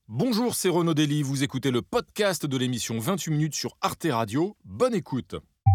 Bonjour, c'est Renaud Dely, vous écoutez le podcast de l'émission 28 minutes sur Arte Radio. Bonne écoute.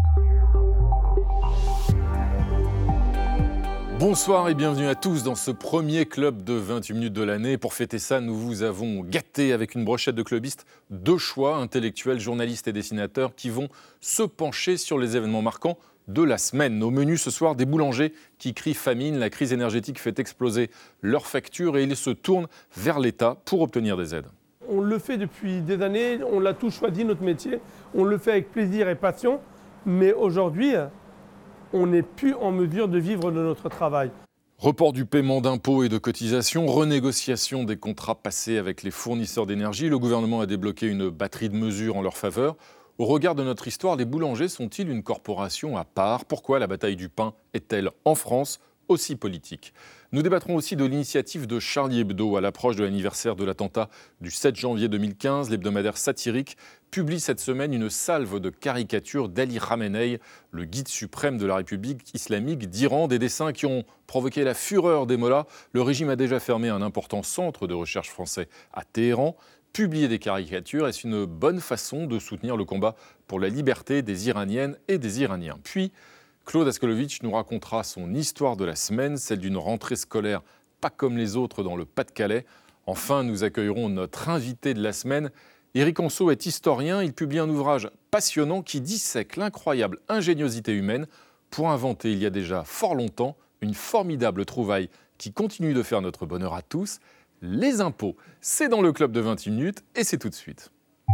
Bonsoir et bienvenue à tous dans ce premier club de 28 minutes de l'année. Pour fêter ça, nous vous avons gâté avec une brochette de clubistes de choix, intellectuels, journalistes et dessinateurs qui vont se pencher sur les événements marquants de la semaine. Au menu ce soir, des boulangers qui crient famine. La crise énergétique fait exploser leurs factures et ils se tournent vers l'État pour obtenir des aides. On le fait depuis des années, on l'a tous choisi notre métier, on le fait avec plaisir et passion, mais aujourd'hui, on n'est plus en mesure de vivre de notre travail. Report du paiement d'impôts et de cotisations, renégociation des contrats passés avec les fournisseurs d'énergie. Le gouvernement a débloqué une batterie de mesures en leur faveur. Au regard de notre histoire, les boulangers sont-ils une corporation à part ? Pourquoi la bataille du pain est-elle, en France, aussi politique ? Nous débattrons aussi de l'initiative de Charlie Hebdo à l'approche de l'anniversaire de l'attentat du 7 janvier 2015. L'hebdomadaire satirique publie cette semaine une salve de caricatures d'Ali Khamenei, le guide suprême de la République islamique d'Iran. Des dessins qui ont provoqué la fureur des mollahs. Le régime a déjà fermé un important centre de recherche français à Téhéran. Publier des caricatures, est-ce une bonne façon de soutenir le combat pour la liberté des Iraniennes et des Iraniens ? Puis, Claude Askolovitch nous racontera son histoire de la semaine, celle d'une rentrée scolaire pas comme les autres dans le Pas-de-Calais. Enfin, nous accueillerons notre invité de la semaine. Éric Anceau est historien, il publie un ouvrage passionnant qui dissèque l'incroyable ingéniosité humaine pour inventer, il y a déjà fort longtemps, une formidable trouvaille qui continue de faire notre bonheur à tous. Les impôts, c'est dans le club de 28 minutes et c'est tout de suite.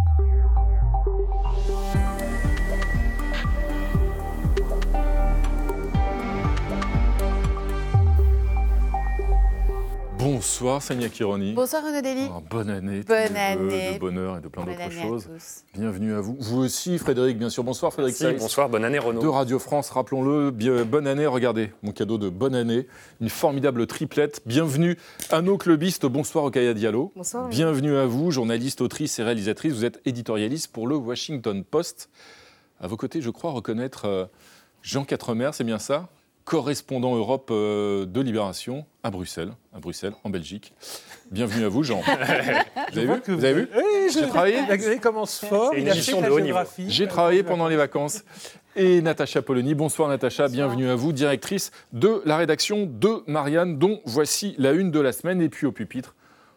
Bonsoir Sania Kironi. Bonsoir Renaud Dely. Bonne année. Bonne année. De bonheur et de plein d'autres choses. Bienvenue Bienvenue à vous. Vous aussi Frédéric, bien sûr. Bonsoir Frédéric Saïs. Bonsoir, bonne année Renaud. De Radio France, rappelons-le. Bonne année, regardez, mon cadeau de bonne année. Une formidable triplette. Bienvenue à nos clubistes. Bonsoir Okaya Diallo. Bonsoir. Bienvenue à vous, journaliste, autrice et réalisatrice. Vous êtes éditorialiste pour le Washington Post. À vos côtés, je crois reconnaître Jean Quatremer, c'est bien ça ? Correspondant Europe de Libération à Bruxelles, en Belgique. Bienvenue à vous, Jean. Vous avez vu Oui, J'ai travaillé. Il commence fort, C'est une il a émission fait de la haut niveau. géographie. J'ai travaillé pendant les vacances. Et Natacha Polony. Bonsoir Natacha, bienvenue à vous, directrice de la rédaction de Marianne, dont voici la une de la semaine. Et puis au pupitre,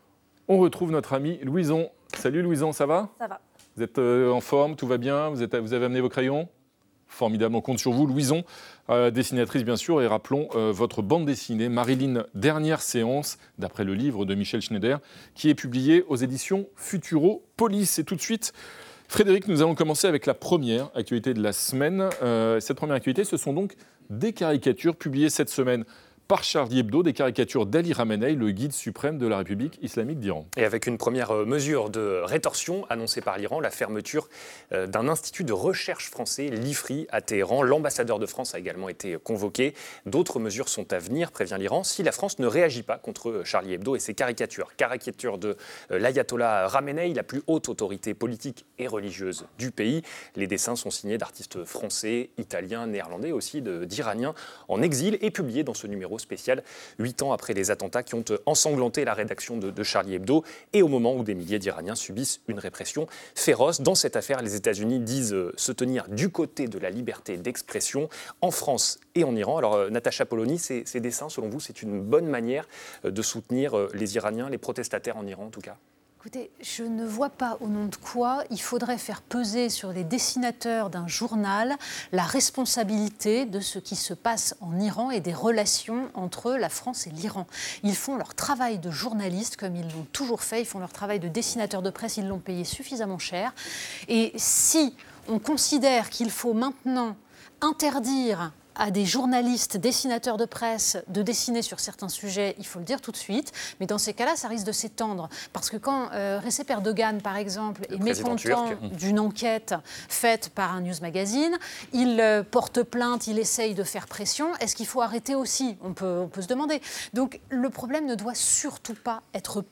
on retrouve notre ami Louison. Salut Louison, ça va ? Ça va. Vous êtes en forme, tout va bien ? Vous avez amené vos crayons ? Formidable, on compte sur vous. Louison, dessinatrice bien sûr, et rappelons votre bande dessinée, Marilyn, dernière séance, d'après le livre de Michel Schneider, qui est publié aux éditions Futuropolis. Et tout de suite, Frédéric, nous allons commencer avec la première actualité de la semaine. Cette première actualité, ce sont donc des caricatures publiées cette semaine par Charlie Hebdo, des caricatures d'Ali Khamenei, le guide suprême de la République islamique d'Iran. Et avec une première mesure de rétorsion annoncée par l'Iran, la fermeture d'un institut de recherche français, l'IFRI, à Téhéran. L'ambassadeur de France a également été convoqué. D'autres mesures sont à venir, prévient l'Iran, si la France ne réagit pas contre Charlie Hebdo et ses caricatures. Caricatures de l'ayatollah Khamenei, la plus haute autorité politique et religieuse du pays. Les dessins sont signés d'artistes français, italiens, néerlandais, aussi d'Iraniens en exil et publiés dans ce numéro spécial 8 ans après les attentats qui ont ensanglanté la rédaction de Charlie Hebdo et au moment où des milliers d'Iraniens subissent une répression féroce. Dans cette affaire, les États-Unis disent se tenir du côté de la liberté d'expression en France et en Iran. Alors Natacha Polony, ces dessins, selon vous, c'est une bonne manière de soutenir les Iraniens, les protestataires en Iran en tout cas ? Écoutez, je ne vois pas au nom de quoi il faudrait faire peser sur les dessinateurs d'un journal la responsabilité de ce qui se passe en Iran et des relations entre la France et l'Iran. Ils font leur travail de journaliste comme ils l'ont toujours fait, ils font leur travail de dessinateur de presse, ils l'ont payé suffisamment cher. Et si on considère qu'il faut maintenant interdire à des journalistes, dessinateurs de presse, de dessiner sur certains sujets, il faut le dire tout de suite. Mais dans ces cas-là, ça risque de s'étendre. Parce que quand Recep Erdogan, par exemple, est mécontent d'une enquête faite par un news magazine, il porte plainte, il essaye de faire pression. Est-ce qu'il faut arrêter aussi ? On peut se demander. Donc le problème ne doit surtout pas être pris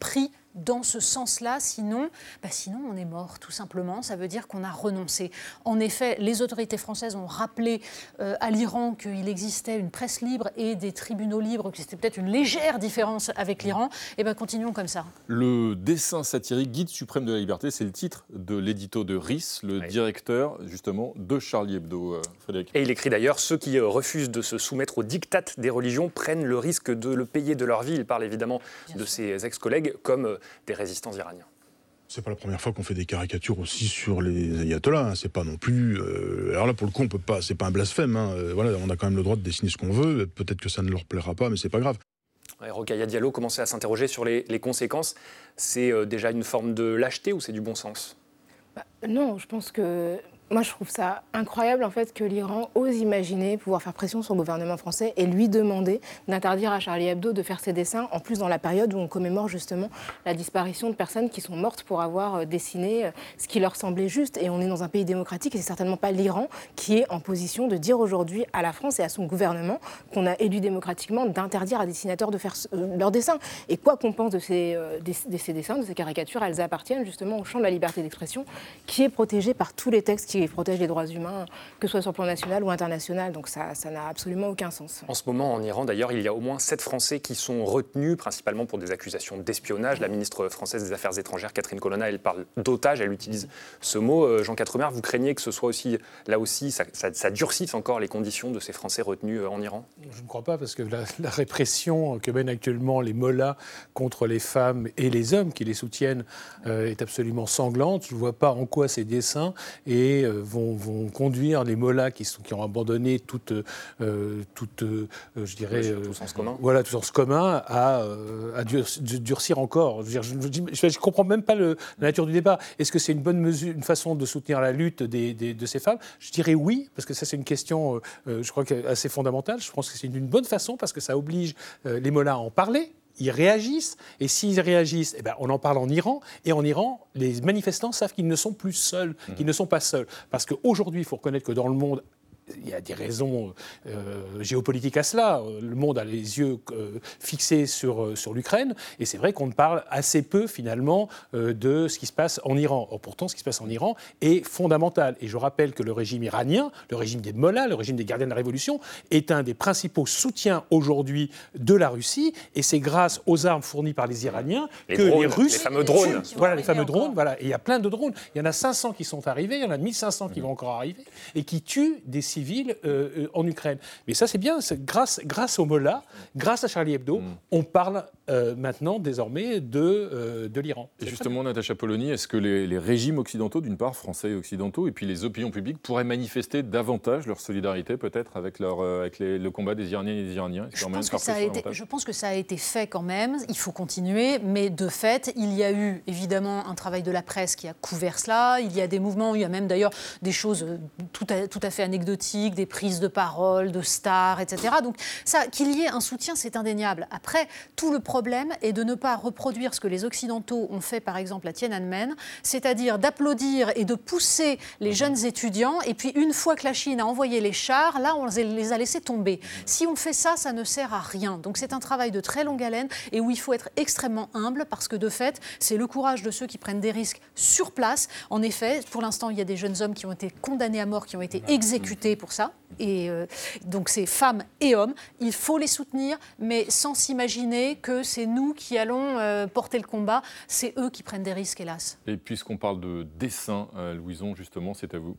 dans ce sens-là, sinon on est mort, tout simplement. Ça veut dire qu'on a renoncé. En effet, les autorités françaises ont rappelé à l'Iran qu'il existait une presse libre et des tribunaux libres, que c'était peut-être une légère différence avec l'Iran. Et bien, continuons comme ça. Le dessin satirique Guide suprême de la liberté, c'est le titre de l'édito de Riss, le directeur, justement, de Charlie Hebdo, Frédéric. Et il écrit d'ailleurs « Ceux qui refusent de se soumettre aux diktats des religions prennent le risque de le payer de leur vie ». Il parle évidemment de ses ex-collègues comme des résistants iraniens. C'est pas la première fois qu'on fait des caricatures aussi sur les ayatollahs. Hein. C'est pas non plus. Alors là, pour le coup, on peut pas. C'est pas un blasphème. Hein. Voilà, on a quand même le droit de dessiner ce qu'on veut. Peut-être que ça ne leur plaira pas, mais c'est pas grave. Rokhaya Diallo commençait à s'interroger sur les conséquences. C'est déjà une forme de lâcheté ou c'est du bon sens ? Non, je pense que... Moi, je trouve ça incroyable, en fait, que l'Iran ose imaginer pouvoir faire pression sur le gouvernement français et lui demander d'interdire à Charlie Hebdo de faire ses dessins, en plus dans la période où on commémore justement la disparition de personnes qui sont mortes pour avoir dessiné ce qui leur semblait juste. Et on est dans un pays démocratique et c'est certainement pas l'Iran qui est en position de dire aujourd'hui à la France et à son gouvernement qu'on a élu démocratiquement d'interdire à des dessinateurs de faire leurs dessins. Et quoi qu'on pense de ces dessins, de ces caricatures, elles appartiennent justement au champ de la liberté d'expression qui est protégé par tous les textes qui protègent les droits humains, que ce soit sur le plan national ou international. Donc ça n'a absolument aucun sens. En ce moment, en Iran, d'ailleurs, il y a au moins 7 Français qui sont retenus, principalement pour des accusations d'espionnage. La ministre française des Affaires étrangères, Catherine Colonna, elle parle d'otage, elle utilise ce mot. Jean Quatremer, vous craignez que ce soit aussi, là aussi, ça durcisse encore les conditions de ces Français retenus en Iran ? Je ne crois pas, parce que la répression que mènent actuellement les mollahs contre les femmes et les hommes qui les soutiennent est absolument sanglante. Je ne vois pas en quoi ces dessins vont conduire les mollahs qui ont abandonné toute je dirais... tout sens commun. Voilà, tout sens commun à durcir encore. Je ne comprends même pas la nature du débat. Est-ce que c'est une bonne mesure, une façon de soutenir la lutte de ces femmes ? Je dirais oui, parce que ça c'est une question, je crois, assez fondamentale. Je pense que c'est une bonne façon, parce que ça oblige les mollahs à en parler. Ils réagissent, et s'ils réagissent, on en parle en Iran, et en Iran, les manifestants savent qu'ils ne sont plus seuls, qu'ils ne sont pas seuls. Parce qu'aujourd'hui, il faut reconnaître que dans le monde, il y a des raisons géopolitiques à cela. Le monde a les yeux fixés sur l'Ukraine, et c'est vrai qu'on ne parle assez peu, finalement, de ce qui se passe en Iran. Or, pourtant, ce qui se passe en Iran est fondamental. Et je rappelle que le régime iranien, le régime des mollahs, le régime des gardiens de la Révolution, est un des principaux soutiens aujourd'hui de la Russie, et c'est grâce aux armes fournies par les Iraniens que les Russes... Les fameux drones. Voilà, les fameux drones. Voilà. Et il y a plein de drones. Il y en a 500 qui sont arrivés, il y en a 1500 qui vont encore arriver, et qui tuent des civils en Ukraine. Mais ça, c'est bien. C'est grâce aux mollahs, grâce à Charlie Hebdo, on parle maintenant, désormais, de l'Iran. Et justement, Natacha Polony, est-ce que les régimes occidentaux, d'une part, français et occidentaux, et puis les opinions publiques, pourraient manifester davantage leur solidarité, peut-être, avec le combat des Iraniens et des Iraniens ? Je pense que ça a été fait quand même. Il faut continuer. Mais de fait, il y a eu, évidemment, un travail de la presse qui a couvert cela. Il y a des mouvements, il y a même d'ailleurs des choses tout à fait anecdotiques, des prises de parole, de stars, etc. Donc ça, qu'il y ait un soutien, c'est indéniable. Après, tout le problème est de ne pas reproduire ce que les Occidentaux ont fait, par exemple, à Tiananmen, c'est-à-dire d'applaudir et de pousser les jeunes étudiants, et puis une fois que la Chine a envoyé les chars, là, on les a laissés tomber. Si on fait ça, ça ne sert à rien. Donc c'est un travail de très longue haleine, et où il faut être extrêmement humble, parce que de fait, c'est le courage de ceux qui prennent des risques sur place. En effet, pour l'instant, il y a des jeunes hommes qui ont été condamnés à mort, qui ont été exécutés pour ça. Et donc c'est femmes et hommes, il faut les soutenir, mais sans s'imaginer que c'est nous qui allons porter le combat, c'est eux qui prennent des risques, hélas. Et puisqu'on parle de dessin, Louison, justement, c'est à vous.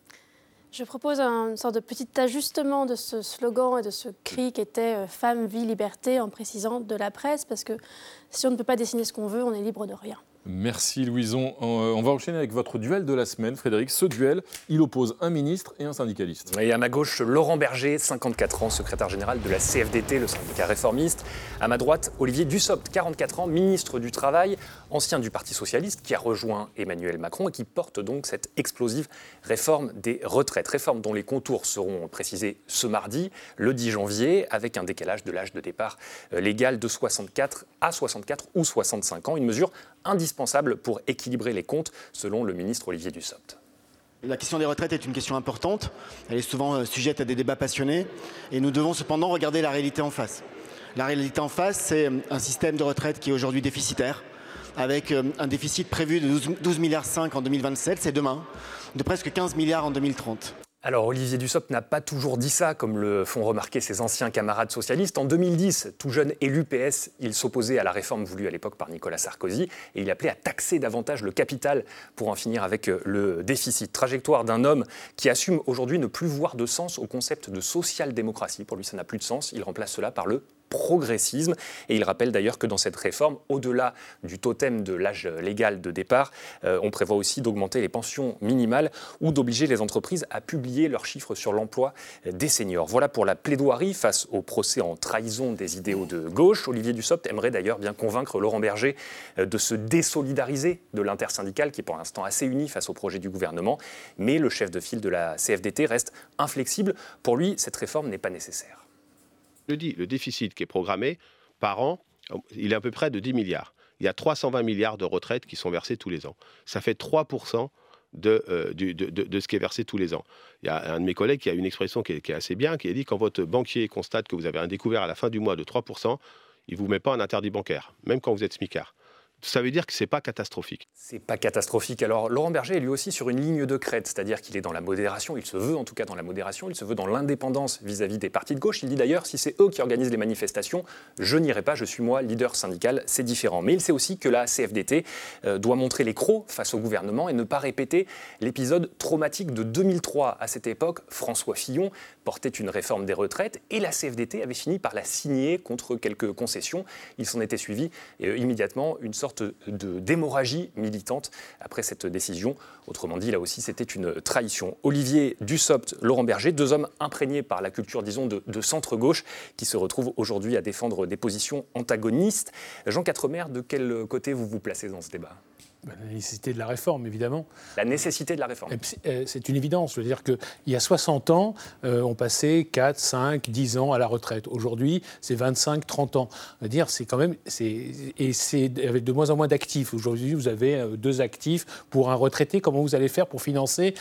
Je propose une sorte de petit ajustement de ce slogan et de ce cri qui était « Femme, vie, liberté » en précisant de la presse, parce que si on ne peut pas dessiner ce qu'on veut, on est libre de rien. Merci Louison. On va enchaîner avec votre duel de la semaine, Frédéric. Ce duel, il oppose un ministre et un syndicaliste. Et à ma gauche, Laurent Berger, 54 ans, secrétaire général de la CFDT, le syndicat réformiste. À ma droite, Olivier Dussopt, 44 ans, ministre du Travail, ancien du Parti socialiste, qui a rejoint Emmanuel Macron et qui porte donc cette explosive réforme des retraites. Réforme dont les contours seront précisés ce mardi, le 10 janvier, avec un décalage de l'âge de départ légal de 64 à 64 ou 65 ans. Une mesure indispensable pour équilibrer les comptes, selon le ministre Olivier Dussopt. La question des retraites est une question importante. Elle est souvent sujette à des débats passionnés. Et nous devons cependant regarder la réalité en face. La réalité en face, c'est un système de retraite qui est aujourd'hui déficitaire. avec un déficit prévu de 12,5 milliards en 2027, c'est demain, de presque 15 milliards en 2030. Alors Olivier Dussopt n'a pas toujours dit ça, comme le font remarquer ses anciens camarades socialistes. En 2010, tout jeune élu PS, il s'opposait à la réforme voulue à l'époque par Nicolas Sarkozy et il appelait à taxer davantage le capital pour en finir avec le déficit. Trajectoire d'un homme qui assume aujourd'hui ne plus voir de sens au concept de social-démocratie. Pour lui, ça n'a plus de sens. Il remplace cela par le progressisme. Et il rappelle d'ailleurs que dans cette réforme, au-delà du totem de l'âge légal de départ, on prévoit aussi d'augmenter les pensions minimales ou d'obliger les entreprises à publier leurs chiffres sur l'emploi des seniors. Voilà pour la plaidoirie face au procès en trahison des idéaux de gauche. Olivier Dussopt aimerait d'ailleurs bien convaincre Laurent Berger de se désolidariser de l'intersyndicale qui est pour l'instant assez uni face au projet du gouvernement. Mais le chef de file de la CFDT reste inflexible. Pour lui, cette réforme n'est pas nécessaire. Je dis, le déficit qui est programmé par an, il est à peu près de 10 milliards. Il y a 320 milliards de retraites qui sont versées tous les ans. Ça fait 3% de ce qui est versé tous les ans. Il y a un de mes collègues qui a une expression qui est assez bien, qui a dit quand votre banquier constate que vous avez un découvert à la fin du mois de 3%, il ne vous met pas un interdit bancaire, même quand vous êtes smicard. Ça veut dire que ce n'est pas catastrophique. C'est pas catastrophique. Alors Laurent Berger est lui aussi sur une ligne de crête, c'est-à-dire qu'il est dans la modération, il se veut en tout cas dans la modération, il se veut dans l'indépendance vis-à-vis des partis de gauche. Il dit d'ailleurs, si c'est eux qui organisent les manifestations, je n'irai pas, je suis moi leader syndical, c'est différent. Mais il sait aussi que la CFDT doit montrer les crocs face au gouvernement et ne pas répéter l'épisode traumatique de 2003. À cette époque, François Fillon portait une réforme des retraites et la CFDT avait fini par la signer contre quelques concessions. Il s'en était suivi immédiatement une sorte d'hémorragie militante après cette décision. Autrement dit, là aussi, c'était une trahison. Olivier Dussopt, Laurent Berger, deux hommes imprégnés par la culture, disons, de centre-gauche, qui se retrouvent aujourd'hui à défendre des positions antagonistes. Jean Quatremer, de quel côté vous vous placez dans ce débat ? La nécessité de la réforme, évidemment. La nécessité de la réforme. C'est une évidence. Je veux dire qu'il y a 60 ans, on passait 4, 5, 10 ans à la retraite. Aujourd'hui, c'est 25, 30 ans. Je veux dire, c'est quand même... Et c'est avec de moins en moins d'actifs. Aujourd'hui, vous avez 2 actifs pour un retraité. Comment vous allez faire pour financer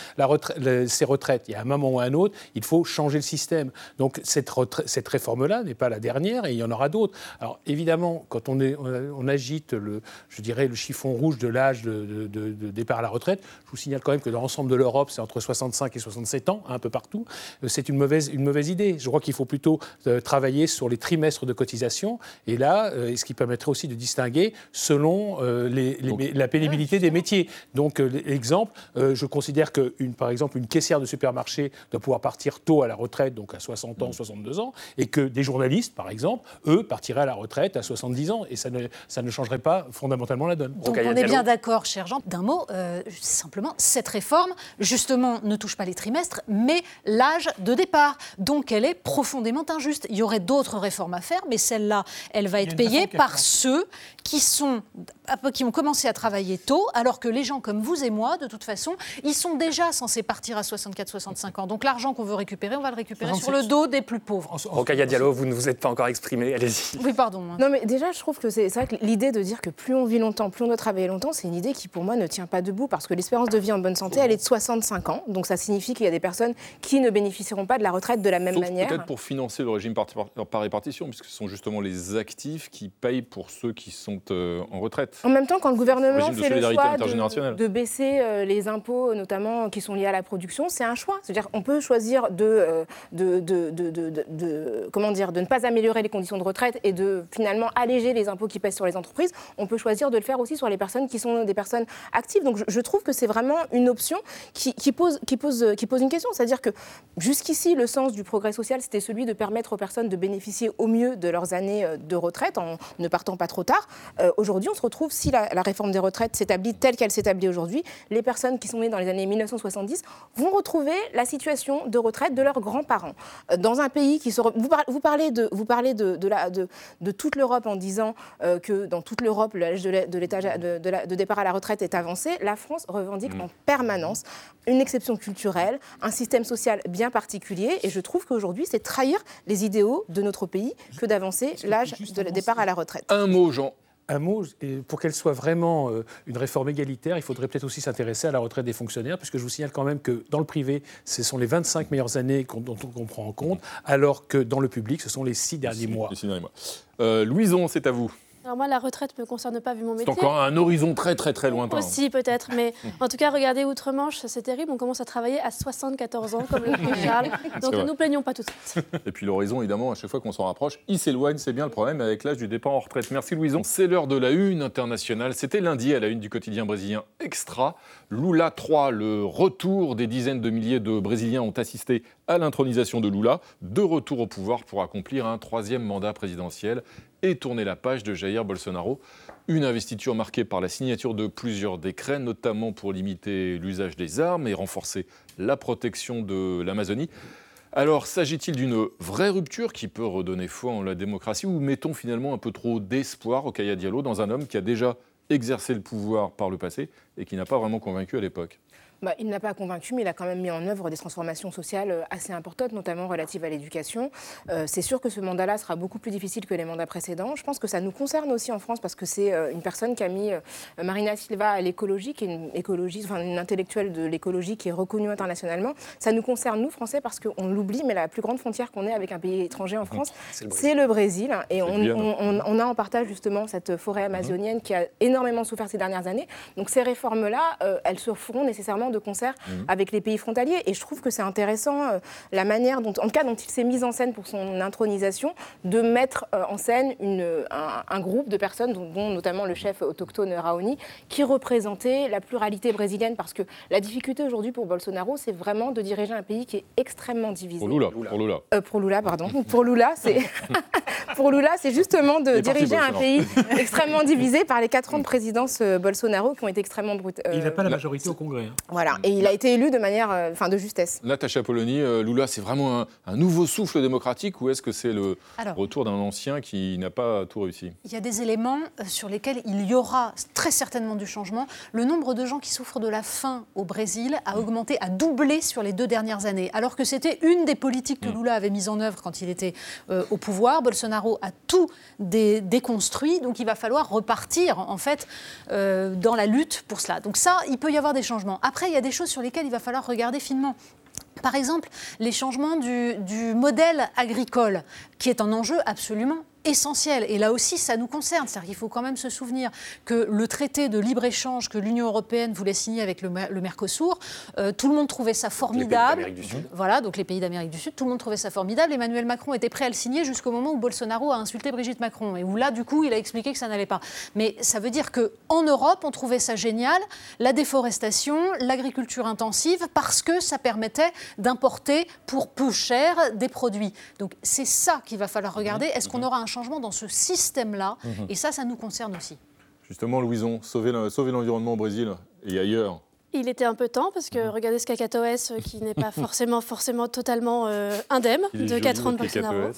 ces retraites ? Il y a un moment ou un autre, il faut changer le système. Donc, cette réforme-là n'est pas la dernière et il y en aura d'autres. Alors, évidemment, quand on agite le chiffon rouge de l'âge de départ à la retraite. Je vous signale quand même que dans l'ensemble de l'Europe, c'est entre 65 et 67 ans, un peu partout. C'est une mauvaise idée. Je crois qu'il faut plutôt travailler sur les trimestres de cotisation. Et là, ce qui permettrait aussi de distinguer selon la pénibilité des métiers. Donc, l'exemple, je considère que, par exemple, une caissière de supermarché doit pouvoir partir tôt à la retraite, donc à 60 ans, 62 ans, et que des journalistes, par exemple, eux, partiraient à la retraite à 70 ans. Et ça ne changerait pas fondamentalement la donne. Donc, on est bien d'accord, cher Jean. D'un mot, simplement, cette réforme, justement, ne touche pas les trimestres, mais l'âge de départ. Donc, elle est profondément injuste. Il y aurait d'autres réformes à faire, mais celle-là, elle va être payée par ceux qui ont commencé à travailler tôt, alors que les gens comme vous et moi, de toute façon, ils sont déjà censés partir à 64-65 ans. Donc, l'argent qu'on veut récupérer, on va le récupérer sur le dos des plus pauvres. Rokhaya Diallo, vous ne vous êtes pas encore exprimé, allez-y. Oui, pardon. Non, mais déjà, je trouve que c'est vrai que l'idée de dire que plus on vit longtemps, plus on doit travailler longtemps, c'est une idée qui, pour moi, ne tient pas debout, parce que l'espérance de vie en bonne santé, elle est de 65 ans. Donc, ça signifie qu'il y a des personnes qui ne bénéficieront pas de la retraite de la même manière. Peut-être pour financer le régime par répartition, puisque ce sont justement les actifs qui payent pour ceux qui sont en retraite. En même temps, quand le gouvernement fait le choix de baisser les impôts, notamment qui sont liés à la production, c'est un choix. C'est-à-dire qu'on peut choisir de ne pas améliorer les conditions de retraite et de finalement alléger les impôts qui pèsent sur les entreprises. On peut choisir de le faire aussi sur les personnes qui sont des personnes actives. Donc je trouve que c'est vraiment une option qui pose une question. C'est-à-dire que jusqu'ici, le sens du progrès social, c'était celui de permettre aux personnes de bénéficier au mieux de leurs années de retraite en ne partant pas trop tard. Aujourd'hui, on se retrouve, si la réforme des retraites s'établit telle qu'elle s'établit aujourd'hui, les personnes qui sont nées dans les années 1970 vont retrouver la situation de retraite de leurs grands-parents. Dans un pays qui se... Vous parlez de toute l'Europe en disant que dans toute l'Europe, l'âge de départ à la retraite est avancé. La France revendique en permanence une exception culturelle, un système social bien particulier. Et je trouve qu'aujourd'hui, c'est trahir les idéaux de notre pays que d'avancer l'âge de départ à la retraite. Un mot, Jean. Un mot, pour qu'elle soit vraiment une réforme égalitaire, il faudrait peut-être aussi s'intéresser à la retraite des fonctionnaires, puisque je vous signale quand même que dans le privé, ce sont les 25 meilleures années dont on prend en compte, alors que dans le public, ce sont les 6 derniers mois. Louison, c'est à vous. Alors moi, la retraite ne me concerne pas vu mon métier. C'est encore un horizon très très très lointain. Aussi peut-être, mais en tout cas, regardez Outre-Manche, c'est terrible, on commence à travailler à 74 ans, comme le dit Charles, donc ne nous plaignons pas tout de suite. Et puis l'horizon, évidemment, à chaque fois qu'on s'en rapproche, il s'éloigne, c'est bien le problème avec l'âge du départ en retraite. Merci Louison. C'est l'heure de la une internationale, c'était lundi à la une du quotidien brésilien Extra. Lula 3, le retour des dizaines de milliers de Brésiliens ont assisté à l'intronisation de Lula, de retour au pouvoir pour accomplir un 3e mandat présidentiel et tourner la page de Jair Bolsonaro. Une investiture marquée par la signature de plusieurs décrets, notamment pour limiter l'usage des armes et renforcer la protection de l'Amazonie. Alors, s'agit-il d'une vraie rupture qui peut redonner foi en la démocratie ou mettons finalement un peu trop d'espoir au Kaya Diallo dans un homme qui a déjà exercé le pouvoir par le passé et qui n'a pas vraiment convaincu à l'époque ? Il n'a pas convaincu, mais il a quand même mis en œuvre des transformations sociales assez importantes, notamment relatives à l'éducation. C'est sûr que ce mandat-là sera beaucoup plus difficile que les mandats précédents. Je pense que ça nous concerne aussi en France parce que c'est une personne qui a mis Marina Silva à l'écologie, qui est une intellectuelle de l'écologie qui est reconnue internationalement. Ça nous concerne, nous, Français, parce qu'on l'oublie, mais la plus grande frontière qu'on ait avec un pays étranger en France, c'est le Brésil. Et on a en partage justement cette forêt amazonienne qui a énormément souffert ces dernières années. Donc ces réformes-là, elles se feront nécessairement de concert avec les pays frontaliers. Et je trouve que c'est intéressant la manière dont il s'est mis en scène pour son intronisation, de mettre en scène un groupe de personnes, dont notamment le chef autochtone Raoni, qui représentait la pluralité brésilienne. Parce que la difficulté aujourd'hui pour Bolsonaro, c'est vraiment de diriger un pays qui est extrêmement divisé. Pour Lula, c'est justement de diriger un pays extrêmement divisé par les 4 ans de présidence Bolsonaro qui ont été extrêmement brutaux. Il n'a pas la majorité au Congrès. Voilà, et il a été élu de manière, de justesse. Natacha Polony, Lula, c'est vraiment un nouveau souffle démocratique ou est-ce que c'est le retour d'un ancien qui n'a pas tout réussi ? Il y a des éléments sur lesquels il y aura très certainement du changement. Le nombre de gens qui souffrent de la faim au Brésil a augmenté, a doublé sur les 2 dernières années, alors que c'était une des politiques que Lula avait mises en œuvre quand il était au pouvoir. Bolsonaro a tout déconstruit, donc il va falloir repartir en fait dans la lutte pour cela. Donc ça, il peut y avoir des changements. Après, il y a des choses sur lesquelles il va falloir regarder finement. Par exemple, les changements du modèle agricole, qui est un enjeu absolument essentiel. Et là aussi, ça nous concerne. C'est-à-dire qu'il faut quand même se souvenir que le traité de libre-échange que l'Union européenne voulait signer avec le Mercosur, tout le monde trouvait ça formidable. Les pays d'Amérique du Sud. Voilà, donc les pays d'Amérique du Sud, tout le monde trouvait ça formidable. Emmanuel Macron était prêt à le signer jusqu'au moment où Bolsonaro a insulté Brigitte Macron. Et où là, du coup, il a expliqué que ça n'allait pas. Mais ça veut dire qu'en Europe, on trouvait ça génial, la déforestation, l'agriculture intensive, parce que ça permettait d'importer pour peu cher des produits. Donc c'est ça qu'il va falloir regarder. Est-ce qu'on aura un changement dans ce système-là ? Et ça nous concerne aussi. Justement, Louison, sauver l'environnement au Brésil et ailleurs. Il était un peu temps, parce que regardez ce cacatoès qui n'est pas forcément totalement indemne de 4 ans de Bolsonaro.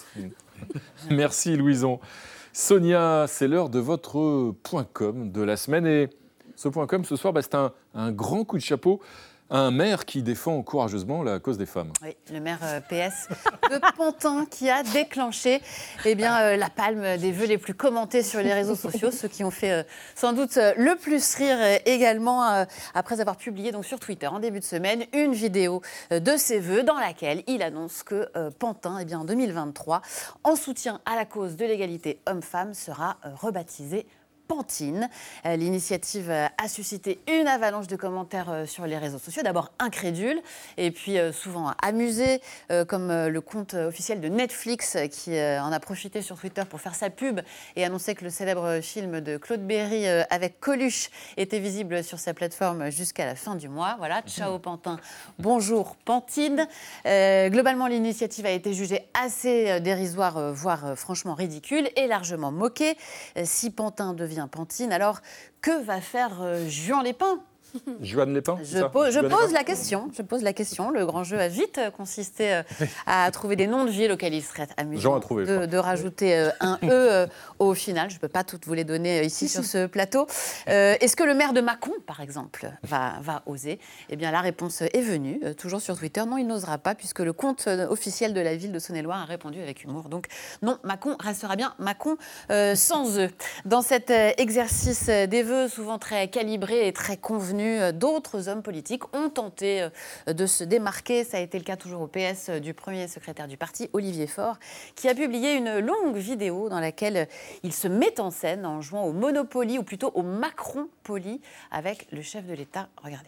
Merci Louison. Sonia, c'est l'heure de votre point com de la semaine. Et ce point com ce soir, c'est un grand coup de chapeau. Un maire qui défend courageusement la cause des femmes. Oui, le maire PS de Pantin qui a déclenché la palme des vœux les plus commentés sur les réseaux sociaux, ceux qui ont fait sans doute le plus rire également après avoir publié donc, sur Twitter en début de semaine une vidéo de ses vœux dans laquelle il annonce que Pantin, en 2023, en soutien à la cause de l'égalité homme-femme, sera rebaptisé Pantine. L'initiative a suscité une avalanche de commentaires sur les réseaux sociaux, d'abord incrédules et puis souvent amusés, comme le compte officiel de Netflix qui en a profité sur Twitter pour faire sa pub et annoncer que le célèbre film de Claude Berry avec Coluche était visible sur sa plateforme jusqu'à la fin du mois. Voilà, ciao Pantin, bonjour Pantine. Globalement, l'initiative a été jugée assez dérisoire, voire franchement ridicule et largement moquée. Si Pantin devient Pantine, alors que va faire Juan Lépin ? Juan Lépin, je pose la question. Le grand jeu a vite consisté à trouver des noms de villes auxquelles il serait amusant de rajouter un E au final. Je ne peux pas toutes vous les donner ici sur ce plateau. Est-ce que le maire de Mâcon, par exemple, va oser ? Eh bien, la réponse est venue, toujours sur Twitter. Non, il n'osera pas, puisque le compte officiel de la ville de Saône-et-Loire a répondu avec humour. Donc, non, Mâcon restera bien Mâcon sans E. Dans cet exercice des vœux, souvent très calibré et très convenu, tenue. D'autres hommes politiques ont tenté de se démarquer. Ça a été le cas toujours au PS du premier secrétaire du parti, Olivier Faure, qui a publié une longue vidéo dans laquelle il se met en scène en jouant au Monopoly, ou plutôt au Macron-Poly, avec le chef de l'État. Regardez.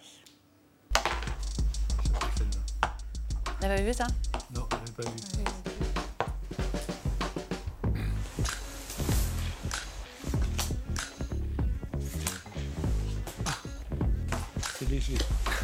Vous avez vu ça? Non, je n'avais pas vu. C'est léger.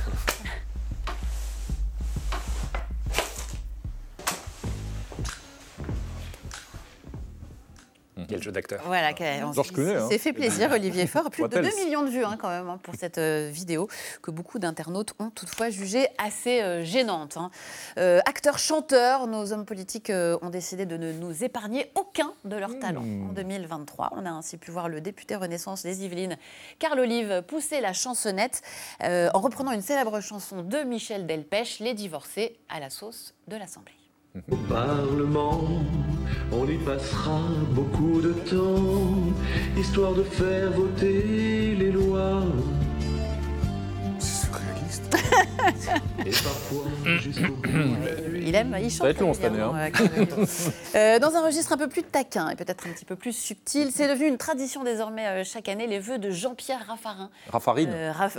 Quel jeu d'acteur. Voilà, Georges Clooney, s'est fait plaisir, Olivier Faure. Plus de What 2 else millions de vues quand même pour cette vidéo que beaucoup d'internautes ont toutefois jugée assez gênante. Acteurs-chanteurs, nos hommes politiques ont décidé de ne nous épargner aucun de leurs talents en 2023. On a ainsi pu voir le député Renaissance des Yvelines, Carl Olive, pousser la chansonnette en reprenant une célèbre chanson de Michel Delpech, Les Divorcés, à la sauce de l'Assemblée. Au Parlement, on y passera beaucoup de temps, histoire de faire voter les lois. C'est surréaliste. Et parfois, jusqu'au bout. Il chante. Ça va être long cette année. Dans un registre un peu plus taquin et peut-être un petit peu plus subtil, c'est devenu une tradition désormais chaque année, les vœux de Jean-Pierre Raffarin. Raffarine.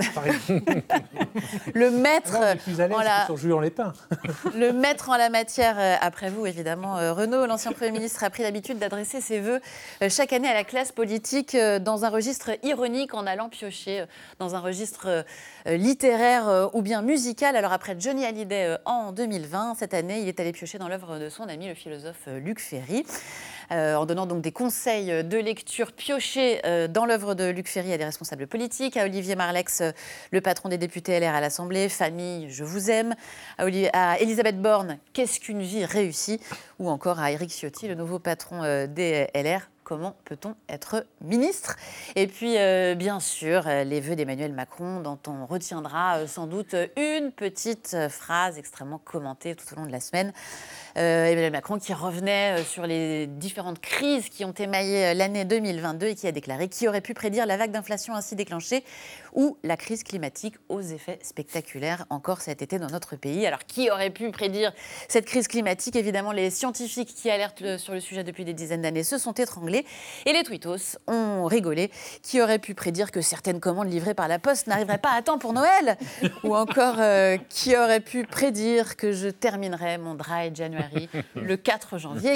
Le maître sur Julien Lépin. Le maître en la matière, après vous évidemment, Renaud, l'ancien Premier ministre, a pris l'habitude d'adresser ses vœux chaque année à la classe politique dans un registre ironique, en allant piocher dans un registre littéraire ou bien musical. Alors après Johnny Hallyday en 2020, cette année, il est allé piocher dans l'œuvre de son ami le philosophe Luc Ferry. En donnant donc des conseils de lecture piochés dans l'œuvre de Luc Ferry à des responsables politiques, à Olivier Marleix, le patron des députés LR à l'Assemblée, Famille, je vous aime, à Elisabeth Borne, qu'est-ce qu'une vie réussie, ou encore à Éric Ciotti, le nouveau patron des LR, comment peut-on être ministre? Et puis, bien sûr, les vœux d'Emmanuel Macron, dont on retiendra sans doute une petite phrase extrêmement commentée tout au long de la semaine. Emmanuel Macron qui revenait sur les différentes crises qui ont émaillé l'année 2022 et qui a déclaré qui aurait pu prédire la vague d'inflation ainsi déclenchée ou la crise climatique aux effets spectaculaires encore cet été dans notre pays. Alors, qui aurait pu prédire cette crise climatique? Évidemment, les scientifiques qui alertent sur le sujet depuis des dizaines d'années se sont étranglés et les tweetos ont rigolé. Qui aurait pu prédire que certaines commandes livrées par la Poste n'arriveraient pas à temps pour Noël? Ou encore, qui aurait pu prédire que je terminerais mon dry January le 4 janvier?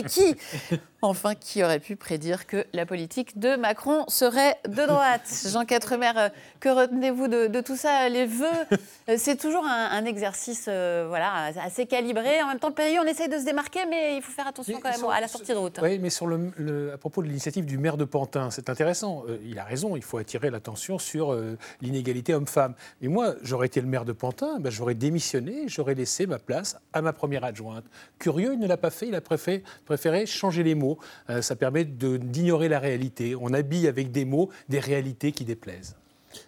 Qui aurait pu prédire que la politique de Macron serait de droite? Jean Quatremer, que retenez-vous de tout ça? Les vœux, c'est toujours un exercice assez calibré. En même temps, le pays, on essaye de se démarquer, mais il faut faire attention quand même à la sortie de route. Oui, mais à propos de l'initiative du maire de Pantin, c'est intéressant. Il a raison, il faut attirer l'attention sur l'inégalité homme-femme. Mais moi, j'aurais été le maire de Pantin, j'aurais démissionné, j'aurais laissé ma place à ma première adjointe. Curieux, il ne l'a pas fait, il a préféré changer les mots. Ça permet d'ignorer la réalité. On habille avec des mots des réalités qui déplaisent.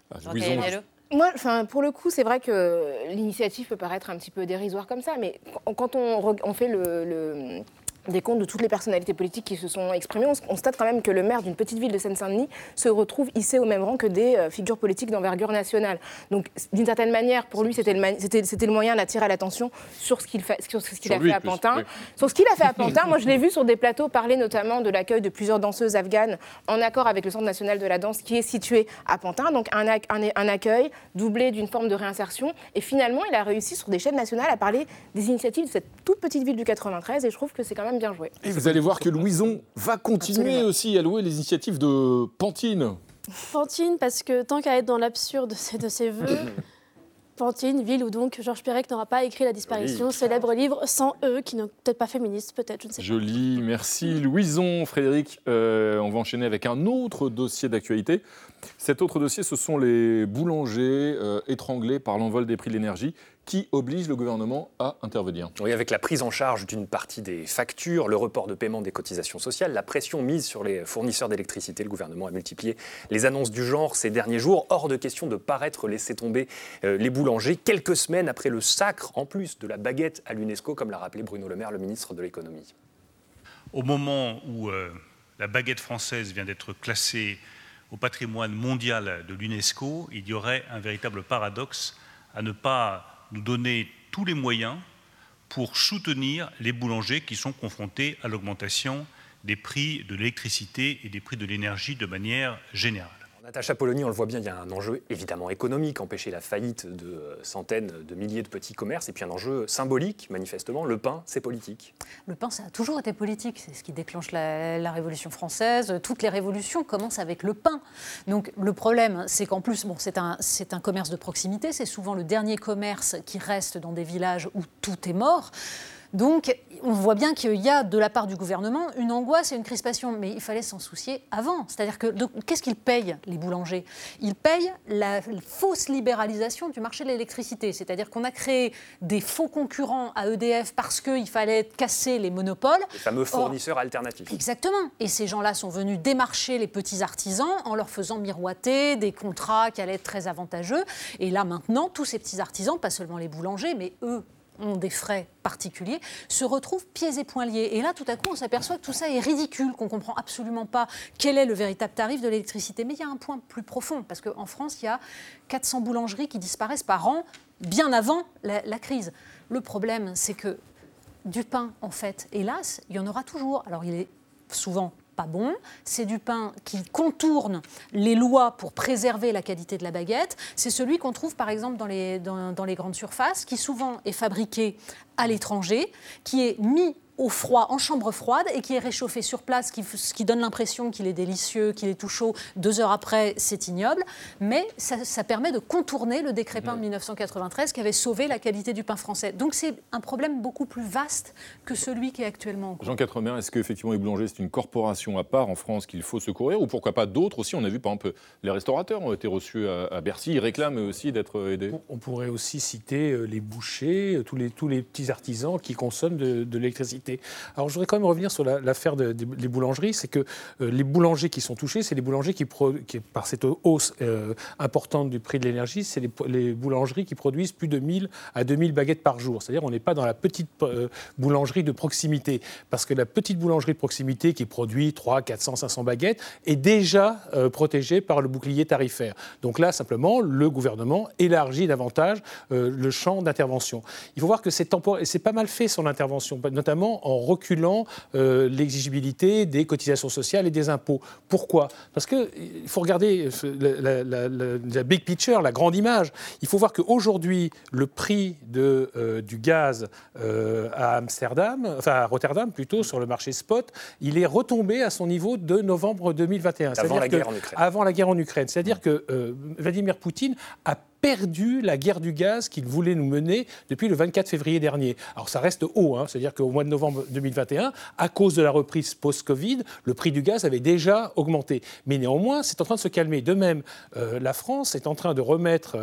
Moi, pour le coup, c'est vrai que l'initiative peut paraître un petit peu dérisoire comme ça, mais quand on fait des comptes de toutes les personnalités politiques qui se sont exprimées, on constate quand même que le maire d'une petite ville de Seine-Saint-Denis se retrouve hissé au même rang que des figures politiques d'envergure nationale. Donc, d'une certaine manière, pour lui, c'était le moyen d'attirer l'attention sur ce qu'il a fait à Pantin. Sur ce qu'il a fait à Pantin, moi, je l'ai vu sur des plateaux parler notamment de l'accueil de plusieurs danseuses afghanes en accord avec le Centre national de la danse qui est situé à Pantin. Donc, un accueil doublé d'une forme de réinsertion. Et finalement, il a réussi sur des chaînes nationales à parler des initiatives de cette toute petite ville du 93. Et je trouve que c'est quand même bien joué. Et vous allez voir que Louison va continuer aussi à louer les initiatives de Pantine. Pantine, parce que tant qu'à être dans l'absurde de ses vœux, Pantine, ville où donc Georges Perec n'aura pas écrit La disparition, célèbre livre sans E, qui n'est peut-être pas féministe, peut-être, je ne sais pas. Joli, merci Louison. Frédéric, on va enchaîner avec un autre dossier d'actualité. Cet autre dossier, ce sont les boulangers étranglés par l'envol des prix de l'énergie qui oblige le gouvernement à intervenir. Oui, avec la prise en charge d'une partie des factures, le report de paiement des cotisations sociales, la pression mise sur les fournisseurs d'électricité, le gouvernement a multiplié les annonces du genre ces derniers jours. Hors de question de paraître laisser tomber les boulangers, quelques semaines après le sacre, en plus de la baguette à l'UNESCO, comme l'a rappelé Bruno Le Maire, le ministre de l'économie. Au moment où la baguette française vient d'être classée au patrimoine mondial de l'UNESCO, il y aurait un véritable paradoxe à ne pas nous donner tous les moyens pour soutenir les boulangers qui sont confrontés à l'augmentation des prix de l'électricité et des prix de l'énergie de manière générale. Natacha Polony, on le voit bien, il y a un enjeu évidemment économique, empêcher la faillite de centaines de milliers de petits commerces, et puis un enjeu symbolique, manifestement, le pain, c'est politique. Le pain, ça a toujours été politique, c'est ce qui déclenche la Révolution française. Toutes les révolutions commencent avec le pain. Donc le problème, c'est qu'en plus, bon, c'est un commerce de proximité, c'est souvent le dernier commerce qui reste dans des villages où tout est mort. Donc, on voit bien qu'il y a de la part du gouvernement une angoisse et une crispation, mais il fallait s'en soucier avant. C'est-à-dire que qu'est-ce qu'ils payent, les boulangers ? Ils payent la fausse libéralisation du marché de l'électricité. C'est-à-dire qu'on a créé des faux concurrents à EDF parce qu'il fallait casser les monopoles. Les fameux fournisseurs alternatifs. Exactement. Et ces gens-là sont venus démarcher les petits artisans en leur faisant miroiter des contrats qui allaient être très avantageux. Et là, maintenant, tous ces petits artisans, pas seulement les boulangers, mais eux, ont des frais particuliers, se retrouvent pieds et poings liés. Et là, tout à coup, on s'aperçoit que tout ça est ridicule, qu'on ne comprend absolument pas quel est le véritable tarif de l'électricité. Mais il y a un point plus profond, parce qu'en France, il y a 400 boulangeries qui disparaissent par an, bien avant la crise. Le problème, c'est que du pain, en fait, hélas, il y en aura toujours. Alors, il est souvent pas bon, c'est du pain qui contourne les lois pour préserver la qualité de la baguette. C'est celui qu'on trouve par exemple dans les grandes surfaces, qui souvent est fabriqué à l'étranger, qui est mis au froid, en chambre froide, et qui est réchauffé sur place, ce qui donne l'impression qu'il est délicieux, qu'il est tout chaud. 2 heures après, c'est ignoble. Mais ça permet de contourner le décret pain de 1993 qui avait sauvé la qualité du pain français. Donc c'est un problème beaucoup plus vaste que celui qui est actuellement en cours. Jean Quatremer, est-ce qu'effectivement les boulangers, c'est une corporation à part en France qu'il faut secourir, ou pourquoi pas d'autres aussi ? On a vu par exemple les restaurateurs ont été reçus à Bercy, ils réclament aussi d'être aidés. On pourrait aussi citer les bouchers, tous les petits artisans qui consomment de l'électricité. Alors je voudrais quand même revenir sur l'affaire des boulangeries, c'est que les boulangers qui sont touchés, c'est les boulangers qui par cette hausse importante du prix de l'énergie, c'est les boulangeries qui produisent plus de 1000 à 2000 baguettes par jour. C'est-à-dire on n'est pas dans la petite boulangerie de proximité, parce que la petite boulangerie de proximité qui produit 300, 400, 500 baguettes est déjà protégée par le bouclier tarifaire. Donc là, simplement, le gouvernement élargit davantage le champ d'intervention. Il faut voir que c'est temporaire, et c'est pas mal fait son intervention, notamment en reculant l'exigibilité des cotisations sociales et des impôts. Pourquoi ? Parce qu'il faut regarder la big picture, la grande image. Il faut voir qu'aujourd'hui, le prix du gaz à Rotterdam plutôt, sur le marché spot, il est retombé à son niveau de novembre 2021. Avant la guerre en Ukraine. Avant la guerre en Ukraine. C'est-à-dire que Vladimir Poutine a perdu la guerre du gaz qu'il voulait nous mener depuis le 24 février dernier. Alors ça reste haut, c'est-à-dire qu'au mois de novembre 2021, à cause de la reprise post-Covid, le prix du gaz avait déjà augmenté. Mais néanmoins, c'est en train de se calmer. De même, la France est en train de remettre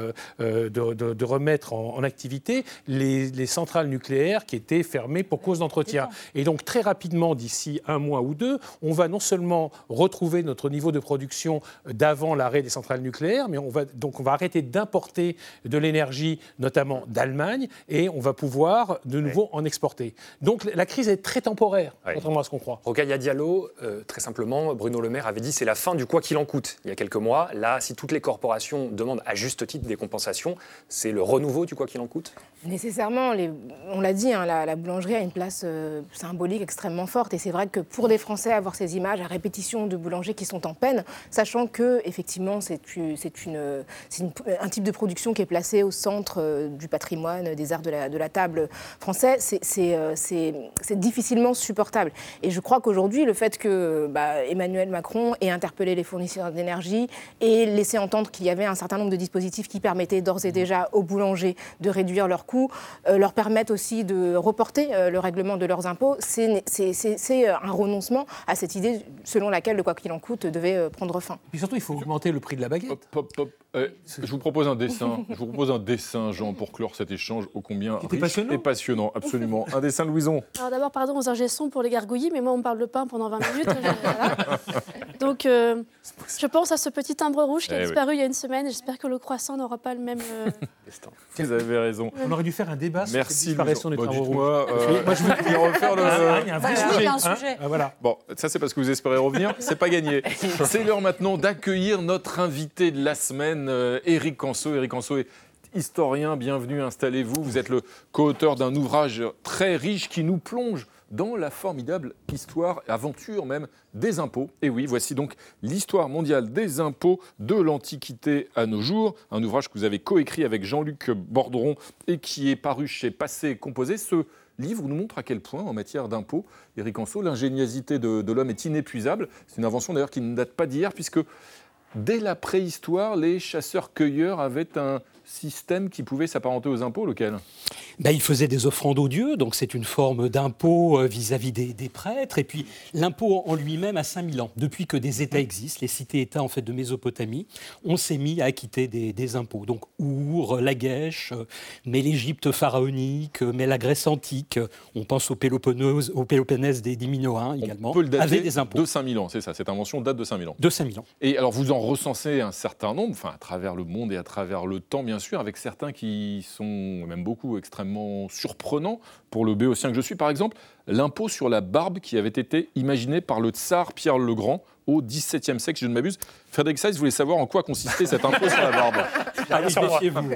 en activité les centrales nucléaires qui étaient fermées pour cause d'entretien. Et donc très rapidement, d'ici 1 mois ou 2, on va non seulement retrouver notre niveau de production d'avant l'arrêt des centrales nucléaires, mais on va arrêter d'importer de l'énergie, notamment d'Allemagne, et on va pouvoir de nouveau en exporter. Donc la crise est très temporaire, contrairement à ce qu'on croit. Rokhaya Diallo, très simplement, Bruno Le Maire avait dit c'est la fin du quoi qu'il en coûte il y a quelques mois. Là, si toutes les corporations demandent à juste titre des compensations, c'est le renouveau du quoi qu'il en coûte ? Nécessairement, on l'a dit, la boulangerie a une place symbolique extrêmement forte, et c'est vrai que pour des Français, avoir ces images à répétition de boulangers qui sont en peine, sachant que effectivement c'est un type de production qui est placé au centre du patrimoine des arts de la table français, c'est difficilement supportable. Et je crois qu'aujourd'hui, le fait que Emmanuel Macron ait interpellé les fournisseurs d'énergie et laissé entendre qu'il y avait un certain nombre de dispositifs qui permettaient d'ores et déjà aux boulangers de réduire leurs coûts, leur permettent aussi de reporter le règlement de leurs impôts, c'est un renoncement à cette idée selon laquelle le quoi qu'il en coûte devait prendre fin. Et puis surtout, il faut augmenter le prix de la baguette. Je vous propose un dessin. Je vous propose un dessin, Jean, pour clore cet échange ô combien C'était riche passionnant. et passionnant. Absolument. Un dessin, Louison. Alors d'abord, pardon aux ingé sons pour les gargouillis, mais moi, on me parle de pain pendant 20 minutes. Voilà. Donc, je pense à ce petit timbre rouge qui a disparu il y a une semaine. J'espère que le croissant n'aura pas le même destin. Vous avez raison. On aurait dû faire un débat sur cette Merci, disparition des Louison. timbres rouges. Moi, je vais refaire le... Il y a un vrai sujet. Il y a un sujet. Voilà. Bon, ça c'est parce que vous espérez revenir, c'est pas gagné. C'est l'heure maintenant d'accueillir notre invité de la semaine, Éric Canso. Éric Canso est historien, bienvenue, installez-vous. Vous êtes le co-auteur d'un ouvrage très riche qui nous plonge dans la formidable histoire, aventure même, des impôts. Et oui, voici donc l'histoire mondiale des impôts de l'Antiquité à nos jours. Un ouvrage que vous avez coécrit avec Jean-Luc Bordron et qui est paru chez Passé et Composé. Ce livre nous montre à quel point, en matière d'impôts, Éric Canso, l'ingéniosité de l'homme est inépuisable. C'est une invention d'ailleurs qui ne date pas d'hier, puisque dès la préhistoire, les chasseurs-cueilleurs avaient un système qui pouvait s'apparenter aux impôts, lequel ? Ils faisaient des offrandes aux dieux, donc c'est une forme d'impôt vis-à-vis des prêtres. Et puis l'impôt en lui-même a 5000 ans. Depuis que des États existent, les cités-États en fait, de Mésopotamie, on s'est mis à acquitter des impôts. Donc Our, Lagash, mais l'Égypte pharaonique, mais la Grèce antique, on pense au Péloponnèse des Minoens également, on peut le dater avaient des impôts. De 5000 ans, c'est ça, cette invention date de 5000 ans. De 5000 ans. Et alors vous en recensez un certain nombre, enfin à travers le monde et à travers le temps bien sûr, avec certains qui sont même beaucoup extrêmement surprenants pour le béotien que je suis. Par exemple, l'impôt sur la barbe qui avait été imaginé par le tsar Pierre le Grand au XVIIe siècle, si je ne m'abuse. Frédéric Seiss voulait savoir en quoi consistait cet impôt sur la barbe. Méfiez-vous.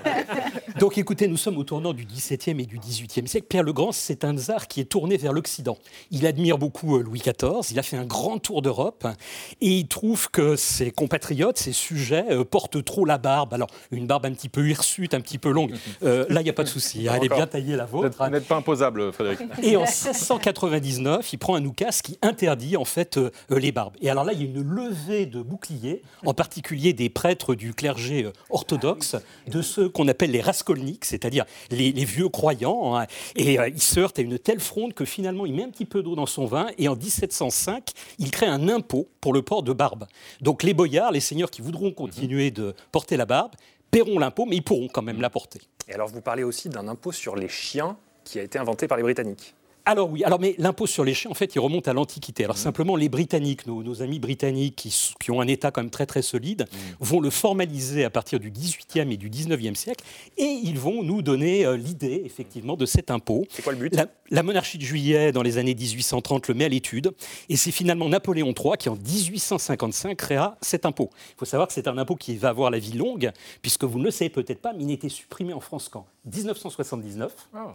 Donc écoutez, nous sommes au tournant du XVIIe et du XVIIIe siècle. Pierre le Grand, c'est un tsar qui est tourné vers l'Occident. Il admire beaucoup Louis XIV, il a fait un grand tour d'Europe et il trouve que ses compatriotes, ses sujets, portent trop la barbe. Alors, une barbe un petit peu hirsute, un petit peu longue. Là, il n'y a pas de souci, elle est bien taillée la vôtre. Vous n'êtes pas imposable, Frédéric. Et en 1699, il prend un oukase qui interdit en fait les barbes. Et alors là, il y a une levée de boucliers, en particulier des prêtres du clergé orthodoxe, de ceux qu'on appelle les raskolniks, c'est-à-dire les vieux croyants. Hein. Et il se heurte à une telle fronde que finalement, il met un petit peu d'eau dans son vin. Et en 1705, il crée un impôt pour le port de barbe. Donc les boyards, les seigneurs qui voudront continuer de porter la barbe, paieront l'impôt, mais ils pourront quand même la porter. Et alors, vous parlez aussi d'un impôt sur les chiens qui a été inventé par les Britanniques. Alors oui, mais l'impôt sur les chiens, en fait, il remonte à l'Antiquité. Alors simplement, les Britanniques, nos amis britanniques, qui ont un État quand même très très solide, vont le formaliser à partir du XVIIIe et du XIXe siècle, et ils vont nous donner l'idée, effectivement, de cet impôt. C'est quoi le but ? La monarchie de Juillet, dans les années 1830, le met à l'étude, et c'est finalement Napoléon III qui, en 1855, créera cet impôt. Il faut savoir que c'est un impôt qui va avoir la vie longue, puisque vous ne le savez peut-être pas, mais il a été supprimé en France quand ? 1979,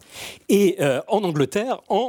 et en Angleterre en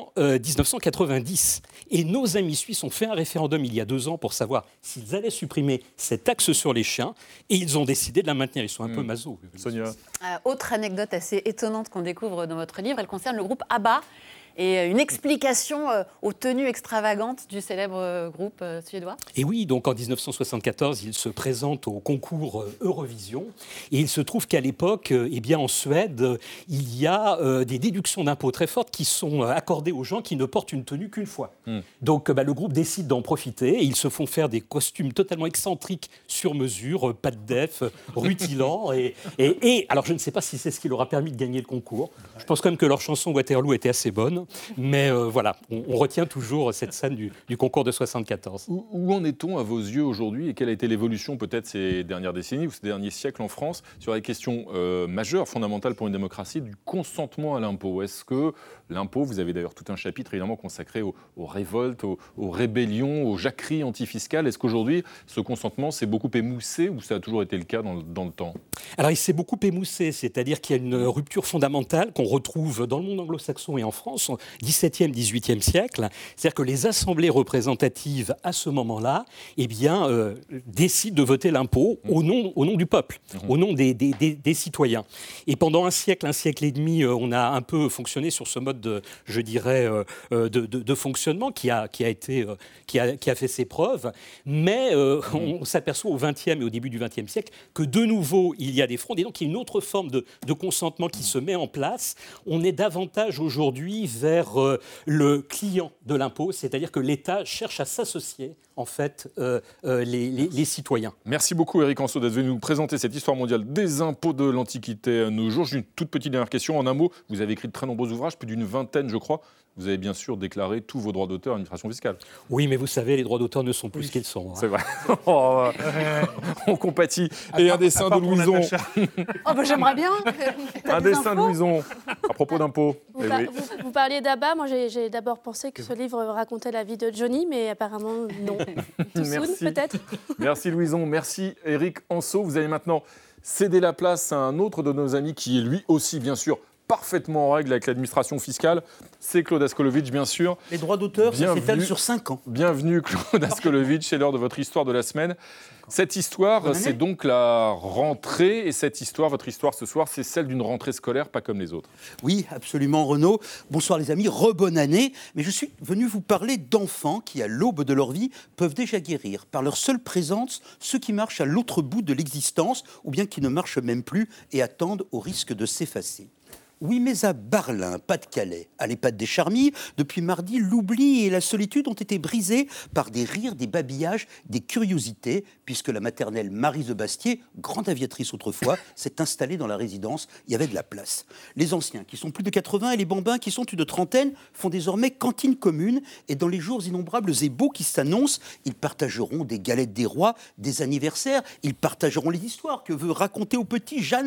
1990. Et nos amis suisses ont fait un référendum il y a 2 ans pour savoir s'ils allaient supprimer cette taxe sur les chiens, et ils ont décidé de la maintenir. Ils sont un peu maso. Sonia. Autre anecdote assez étonnante qu'on découvre dans votre livre, elle concerne le groupe ABBA et une explication aux tenues extravagantes du célèbre groupe suédois. Et oui, donc en 1974, il se présente au concours Eurovision, et il se trouve qu'à l'époque, en Suède, il y a des déductions d'impôts très fortes qui sont accordées aux gens qui ne portent une tenue qu'une fois. Donc le groupe décide d'en profiter, et ils se font faire des costumes totalement excentriques sur mesure, pas de def, rutilants, et alors je ne sais pas si c'est ce qui leur a permis de gagner le concours. Je pense quand même que leur chanson Waterloo était assez bonne. Mais voilà, on retient toujours cette scène du concours de 74. Où en est-on à vos yeux aujourd'hui et quelle a été l'évolution peut-être ces dernières décennies ou ces derniers siècles en France sur les questions majeures, fondamentales pour une démocratie, du consentement à l'impôt ? Est-ce que l'impôt, vous avez d'ailleurs tout un chapitre évidemment consacré aux révoltes, aux rébellions, aux jacqueries antifiscales. Est-ce qu'aujourd'hui ce consentement s'est beaucoup émoussé ou ça a toujours été le cas dans le temps ? Alors il s'est beaucoup émoussé, c'est-à-dire qu'il y a une rupture fondamentale qu'on retrouve dans le monde anglo-saxon et en France, au XVIIe, XVIIIe siècle, c'est-à-dire que les assemblées représentatives, à ce moment-là, décident de voter l'impôt au nom du peuple, au nom des citoyens. Et pendant un siècle et demi, on a un peu fonctionné sur ce mode de fonctionnement qui a fait ses preuves, mais on s'aperçoit au XXe et au début du XXe siècle que de nouveau, il y a des frondes, et donc il y a une autre forme de consentement qui se met en place. On est davantage aujourd'hui vers le client de l'impôt, c'est-à-dire que l'État cherche à s'associer en fait les citoyens. Merci beaucoup Éric Anseau d'être venu nous présenter cette histoire mondiale des impôts de l'Antiquité à nos jours. J'ai une toute petite dernière question en un mot. Vous avez écrit de très nombreux ouvrages, plus d'une vingtaine je crois. Vous avez bien sûr déclaré tous vos droits d'auteur à l'administration fiscale. Oui, mais vous savez, les droits d'auteur ne sont plus ce qu'ils sont. C'est vrai. On compatit. Et un dessin de Louison. J'aimerais bien. Un dessin de Louison à propos d'impôts. Vous parliez d'Abba. Moi, j'ai d'abord pensé que ce livre racontait la vie de Johnny, mais apparemment, non. Merci. Peut-être. Merci Louison. Merci Éric Anseau. Vous allez maintenant céder la place à un autre de nos amis qui est lui aussi, bien sûr, parfaitement en règle avec l'administration fiscale. C'est Claude Askolovitch, bien sûr. Les droits d'auteur, ça s'étale sur 5 ans. Bienvenue, Claude Askolovitch. C'est l'heure de votre histoire de la semaine. Cette histoire, c'est donc la rentrée. Et cette histoire, votre histoire ce soir, c'est celle d'une rentrée scolaire, pas comme les autres. Oui, absolument, Renaud. Bonsoir les amis, rebonne année. Mais je suis venu vous parler d'enfants qui, à l'aube de leur vie, peuvent déjà guérir par leur seule présence ceux qui marchent à l'autre bout de l'existence ou bien qui ne marchent même plus et attendent au risque de s'effacer. Oui, mais à Barlin, Pas-de-Calais, à l'EHPAD des Charmilles, depuis mardi, l'oubli et la solitude ont été brisés par des rires, des babillages, des curiosités, puisque la maternelle Marie de Bastier, grande aviatrice autrefois, s'est installée dans la résidence. Il y avait de la place. Les anciens, qui sont plus de 80, et les bambins, qui sont une trentaine, font désormais cantine commune. Et dans les jours innombrables et beaux qui s'annoncent, ils partageront des galettes des rois, des anniversaires. Ils partageront les histoires que veut raconter au petit Jeanne,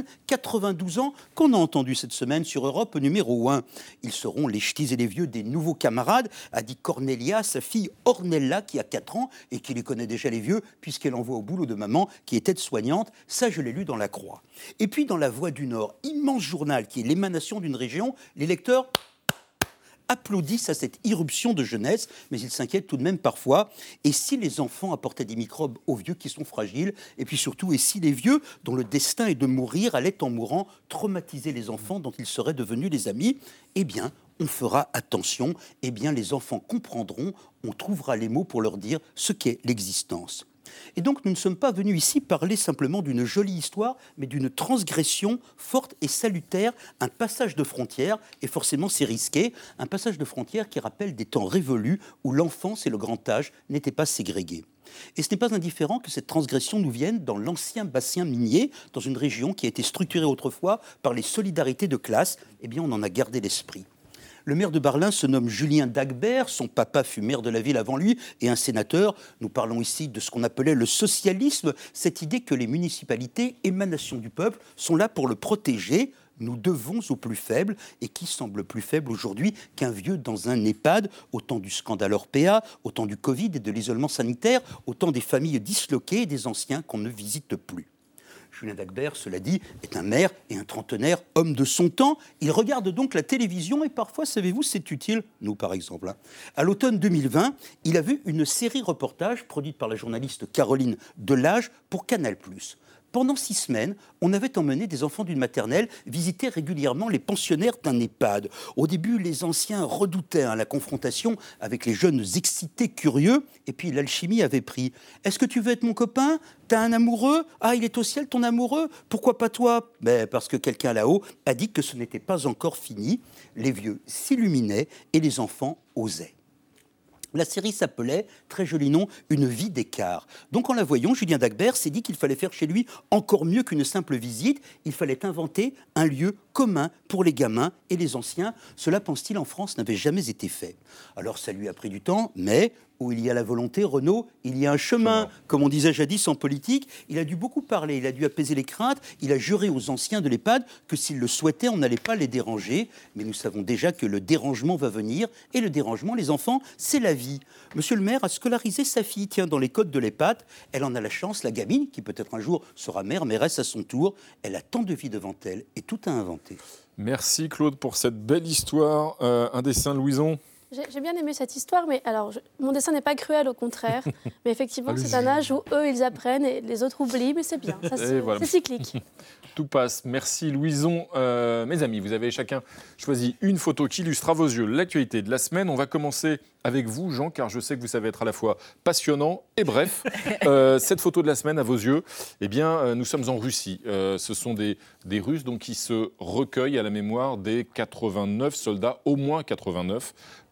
92 ans, qu'on a entendu cette semaine sur Europe numéro 1. Ils seront les ch'tis et les vieux des nouveaux camarades, a dit Cornelia, sa fille Ornella, qui a 4 ans et qui les connaît déjà les vieux, puisqu'elle envoie au boulot de maman, qui était soignante. Ça, je l'ai lu dans La Croix. Et puis, dans La Voix du Nord, immense journal qui est l'émanation d'une région, les lecteurs applaudissent à cette irruption de jeunesse, mais ils s'inquiètent tout de même parfois. Et si les enfants apportaient des microbes aux vieux qui sont fragiles, et puis surtout, et si les vieux, dont le destin est de mourir, allaient en mourant traumatiser les enfants dont ils seraient devenus les amis, eh bien, on fera attention, eh bien, les enfants comprendront, on trouvera les mots pour leur dire ce qu'est l'existence. Et donc, nous ne sommes pas venus ici parler simplement d'une jolie histoire, mais d'une transgression forte et salutaire, un passage de frontière, et forcément c'est risqué, un passage de frontière qui rappelle des temps révolus où l'enfance et le grand âge n'étaient pas ségrégés. Et ce n'est pas indifférent que cette transgression nous vienne dans l'ancien bassin minier, dans une région qui a été structurée autrefois par les solidarités de classe. Eh bien, on en a gardé l'esprit. Le maire de Barlin se nomme Julien Dagbert, son papa fut maire de la ville avant lui et un sénateur. Nous parlons ici de ce qu'on appelait le socialisme, cette idée que les municipalités, émanations du peuple, sont là pour le protéger. Nous devons aux plus faibles, et qui semble plus faible aujourd'hui qu'un vieux dans un EHPAD, au temps du scandale Orpea, au temps du Covid et de l'isolement sanitaire, au temps des familles disloquées et des anciens qu'on ne visite plus. Julien Dagbert, cela dit, est un maire et un trentenaire, homme de son temps. Il regarde donc la télévision et parfois, savez-vous, c'est utile. Nous, par exemple. À l'automne 2020, il a vu une série reportage produite par la journaliste Caroline Delage pour Canal+. Pendant 6 semaines, on avait emmené des enfants d'une maternelle visiter régulièrement les pensionnaires d'un EHPAD. Au début, les anciens redoutaient la confrontation avec les jeunes excités, curieux, et puis l'alchimie avait pris. « Est-ce que tu veux être mon copain ? T'as un amoureux ? Ah, il est au ciel, ton amoureux ? Pourquoi pas toi ?» Parce que quelqu'un là-haut a dit que ce n'était pas encore fini. Les vieux s'illuminaient et les enfants osaient. La série s'appelait, très joli nom, Une vie d'écart. Donc en la voyant, Julien Dagbert s'est dit qu'il fallait faire chez lui encore mieux qu'une simple visite. Il fallait inventer un lieu commun pour les gamins et les anciens. Cela, pense-t-il, en France, n'avait jamais été fait. Alors ça lui a pris du temps, mais où il y a la volonté, Renaud, il y a un chemin. Comme on disait jadis en politique, il a dû beaucoup parler, il a dû apaiser les craintes, il a juré aux anciens de l'EHPAD que s'ils le souhaitaient, on n'allait pas les déranger. Mais nous savons déjà que le dérangement va venir, et le dérangement, les enfants, c'est la vie. Monsieur le maire a scolarisé sa fille, tiens, dans les codes de l'EHPAD. Elle en a la chance, la gamine, qui peut-être un jour sera mère, mairesse à son tour. Elle a tant de vie devant elle, et tout à inventer. Merci Claude pour cette belle histoire. Un dessin, Louison. J'ai bien aimé cette histoire, mais alors, mon dessin n'est pas cruel, au contraire. Mais effectivement, c'est un âge où eux, ils apprennent et les autres oublient, mais c'est bien, c'est cyclique. Tout passe. Merci Louison. Mes amis, vous avez chacun choisi une photo qui illustre à vos yeux l'actualité de la semaine. On va commencer avec vous, Jean, car je sais que vous savez être à la fois passionnant et bref. Cette photo de la semaine, à vos yeux, eh bien, nous sommes en Russie. Ce sont des Russes donc, qui se recueillent à la mémoire des 89 soldats, au moins 89,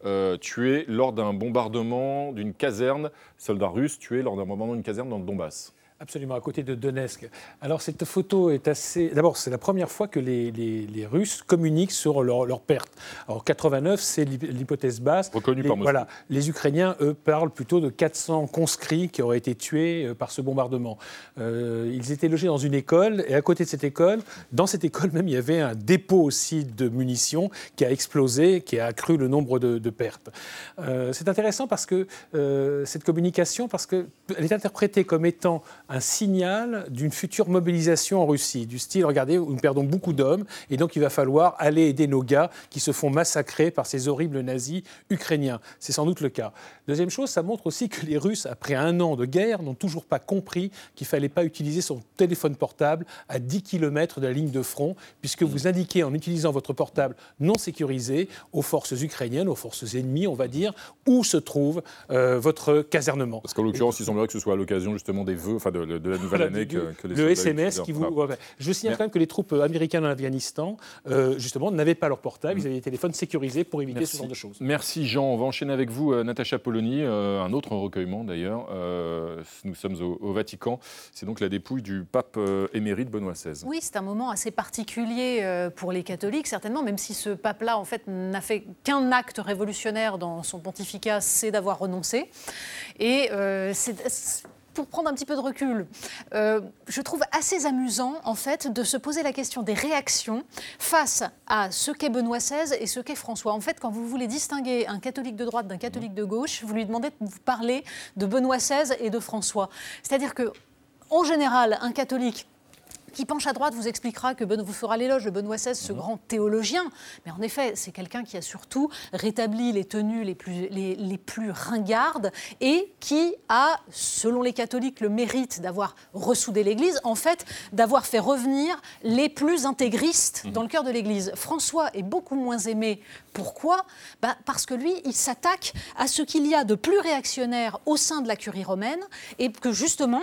tués lors d'un bombardement d'une caserne, soldats russes tués lors d'un bombardement d'une caserne dans le Donbass. Absolument, à côté de Donetsk. Alors cette photo est assez... D'abord, c'est la première fois que les Russes communiquent sur leurs pertes. Alors 89, c'est l'hypothèse basse. Reconnue par Moscou. Voilà, les Ukrainiens, eux, parlent plutôt de 400 conscrits qui auraient été tués par ce bombardement. Ils étaient logés dans une école, et à côté de cette école, dans cette école même, il y avait un dépôt aussi de munitions qui a explosé, qui a accru le nombre de pertes. C'est intéressant parce que cette communication, parce qu'elle est interprétée comme étant un signal d'une future mobilisation en Russie, du style, regardez, nous perdons beaucoup d'hommes, et donc il va falloir aller aider nos gars qui se font massacrer par ces horribles nazis ukrainiens. C'est sans doute le cas. Deuxième chose, ça montre aussi que les Russes, après 1 an de guerre, n'ont toujours pas compris qu'il ne fallait pas utiliser son téléphone portable à 10 km de la ligne de front, puisque vous indiquez en utilisant votre portable non sécurisé aux forces ukrainiennes, aux forces ennemies, on va dire, où se trouve votre casernement. Parce qu'en l'occurrence, il semblerait que ce soit à l'occasion justement des vœux, enfin de la nouvelle année que les le SMS qui vous... Je signale quand même que les troupes américaines en Afghanistan, justement, n'avaient pas leur portable, ils avaient des téléphones sécurisés pour éviter ce genre de choses. Merci Jean. On va enchaîner avec vous, Natacha Polony, un autre recueillement d'ailleurs. Nous sommes au Vatican. C'est donc la dépouille du pape émérite Benoît XVI. Oui, c'est un moment assez particulier pour les catholiques, certainement, même si ce pape-là, en fait, n'a fait qu'un acte révolutionnaire dans son pontificat, c'est d'avoir renoncé. Et pour prendre un petit peu de recul, je trouve assez amusant, en fait, de se poser la question des réactions face à ce qu'est Benoît XVI et ce qu'est François. En fait, quand vous voulez distinguer un catholique de droite d'un catholique de gauche, vous lui demandez de vous parler de Benoît XVI et de François. C'est-à-dire que, en général, un catholique qui penche à droite vous expliquera que vous fera l'éloge de Benoît XVI, ce grand théologien. Mais en effet, c'est quelqu'un qui a surtout rétabli les tenues les plus ringardes et qui a, selon les catholiques, le mérite d'avoir ressoudé l'Église, en fait, d'avoir fait revenir les plus intégristes dans le cœur de l'Église. François est beaucoup moins aimé. Pourquoi ? Parce que lui, il s'attaque à ce qu'il y a de plus réactionnaire au sein de la curie romaine et que, justement,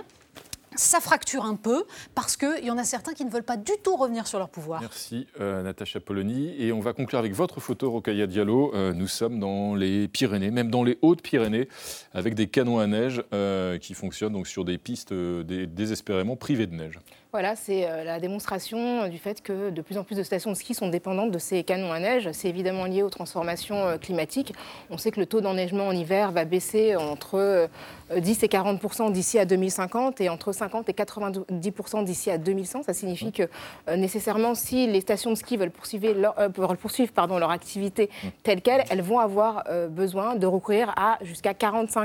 ça fracture un peu parce qu'il y en a certains qui ne veulent pas du tout revenir sur leur pouvoir. Merci Natacha Polony. Et on va conclure avec votre photo, Rokhaya Diallo. Nous sommes dans les Pyrénées, même dans les Hautes-Pyrénées, avec des canons à neige qui fonctionnent donc sur des pistes désespérément privées de neige. Voilà, c'est la démonstration du fait que de plus en plus de stations de ski sont dépendantes de ces canons à neige. C'est évidemment lié aux transformations climatiques. On sait que le taux d'enneigement en hiver va baisser entre 10 et 40% d'ici à 2050 et entre 50 et 90% d'ici à 2100. Ça signifie que nécessairement, si les stations de ski veulent poursuivre leur activité telle qu'elle, elles vont avoir besoin de recourir à jusqu'à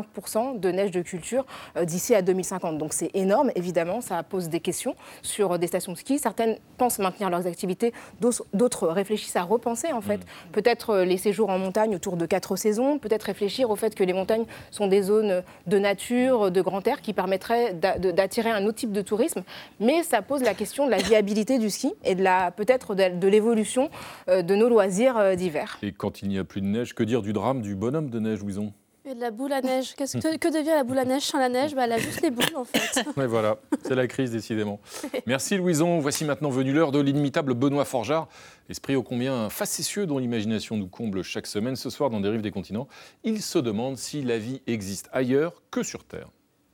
45% de neige de culture d'ici à 2050. Donc c'est énorme, évidemment, ça pose des questions sur des stations de ski. Certaines pensent maintenir leurs activités, d'autres réfléchissent à repenser en fait. Peut-être les séjours en montagne autour de 4 saisons, peut-être réfléchir au fait que les montagnes sont des zones de nature, de grand air qui permettraient d'attirer un autre type de tourisme. Mais ça pose la question de la viabilité du ski et peut-être de l'évolution de nos loisirs d'hiver. Et quand il n'y a plus de neige, que dire du drame du bonhomme de neige, Louison ? Et de la boule à neige. Que devient la boule à neige sans la neige ? Elle a juste les boules, en fait. Ouais, voilà, c'est la crise, décidément. Merci, Louison. Voici maintenant venue l'heure de l'inimitable Benoît Forgeard. Esprit ô combien facétieux dont l'imagination nous comble chaque semaine. Ce soir, dans Des Rives des Continents, il se demande si la vie existe ailleurs que sur Terre.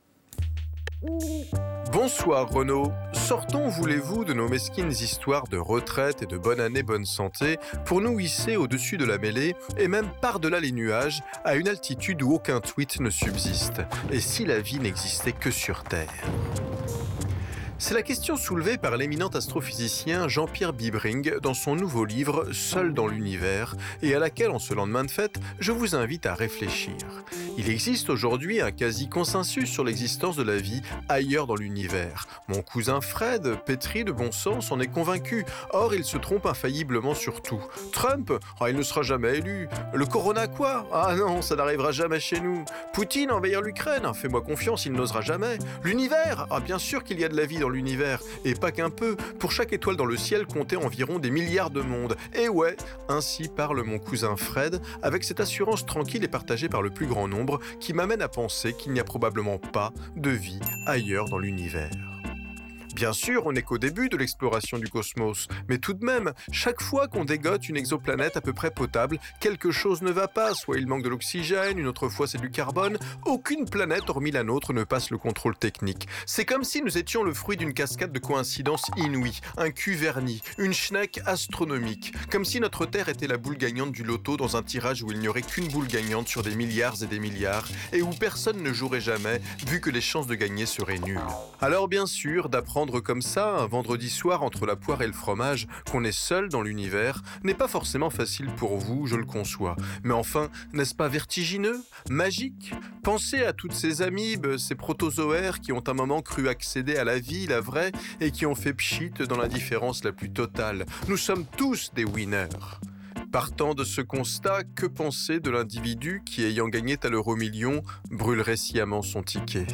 Bonsoir Renaud. Sortons, voulez-vous, de nos mesquines histoires de retraite et de bonne année, bonne santé pour nous hisser au-dessus de la mêlée et même par-delà les nuages à une altitude où aucun tweet ne subsiste. Et si la vie n'existait que sur Terre ? C'est la question soulevée par l'éminent astrophysicien Jean-Pierre Bibring dans son nouveau livre « Seul dans l'univers » et à laquelle, en ce lendemain de fête, je vous invite à réfléchir. Il existe aujourd'hui un quasi-consensus sur l'existence de la vie ailleurs dans l'univers. Mon cousin Fred, pétri de bon sens, en est convaincu. Or, il se trompe infailliblement sur tout. Trump, il ne sera jamais élu. Le corona quoi ? Ah non, ça n'arrivera jamais chez nous. Poutine envahir l'Ukraine, fais-moi confiance, il n'osera jamais. L'univers, bien sûr qu'il y a de la vie dans l'univers, et pas qu'un peu. Pour chaque étoile dans le ciel comptait environ des milliards de mondes. Et ouais, ainsi parle mon cousin Fred, avec cette assurance tranquille et partagée par le plus grand nombre, qui m'amène à penser qu'il n'y a probablement pas de vie ailleurs dans l'univers. Bien sûr, on n'est qu'au début de l'exploration du cosmos, mais tout de même, chaque fois qu'on dégote une exoplanète à peu près potable, quelque chose ne va pas, soit il manque de l'oxygène, une autre fois c'est du carbone, aucune planète hormis la nôtre ne passe le contrôle technique. C'est comme si nous étions le fruit d'une cascade de coïncidences inouïes, un cul verni, une schneck astronomique, comme si notre Terre était la boule gagnante du loto dans un tirage où il n'y aurait qu'une boule gagnante sur des milliards et des milliards, et où personne ne jouerait jamais, vu que les chances de gagner seraient nulles. Alors bien sûr, d'apprendre comme ça, un vendredi soir entre la poire et le fromage, qu'on est seul dans l'univers, n'est pas forcément facile pour vous, je le conçois. Mais enfin, n'est-ce pas vertigineux, magique? Pensez à toutes ces amibes, ces protozoaires qui ont un moment cru accéder à la vie, la vraie, et qui ont fait pchit dans l'indifférence la plus totale. Nous sommes tous des winners. Partant de ce constat, que penser de l'individu qui, ayant gagné à l'euro-million, brûlerait sciemment son ticket?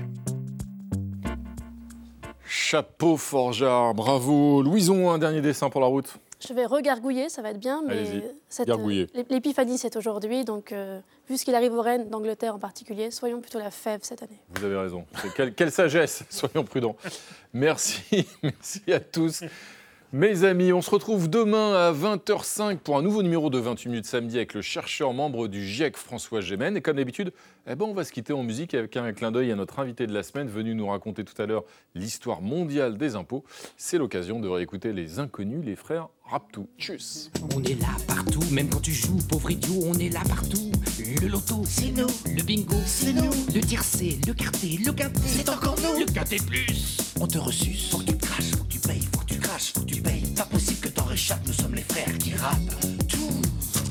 Chapeau forgeard, bravo. Louison, un dernier dessin pour la route. Je vais regargouiller, ça va être bien, mais l'épiphanie c'est aujourd'hui, donc vu ce qu'il arrive aux reines d'Angleterre en particulier, soyons plutôt la fève cette année. Vous avez raison. Quelle sagesse, soyons prudents. Merci à tous. Mes amis, on se retrouve demain à 20h05 pour un nouveau numéro de 28 minutes samedi avec le chercheur membre du GIEC, François Gémen. Et comme d'habitude, on va se quitter en musique avec un clin d'œil à notre invité de la semaine, venu nous raconter tout à l'heure l'histoire mondiale des impôts. C'est l'occasion de réécouter les inconnus, les frères Raptou. Tchuss. On est là partout, même quand tu joues, pauvre idiot, on est là partout. Le loto, c'est nous. Le bingo, c'est nous. Le tiercé, le quarté, le quinté, c'est encore nous. Le quinté plus. On te ressuce, faut que tu craches, faut que tu payes, faut que tu craches, faut que tu payes. Pas possible que t'en réchappes, nous sommes les frères qui rappent tout.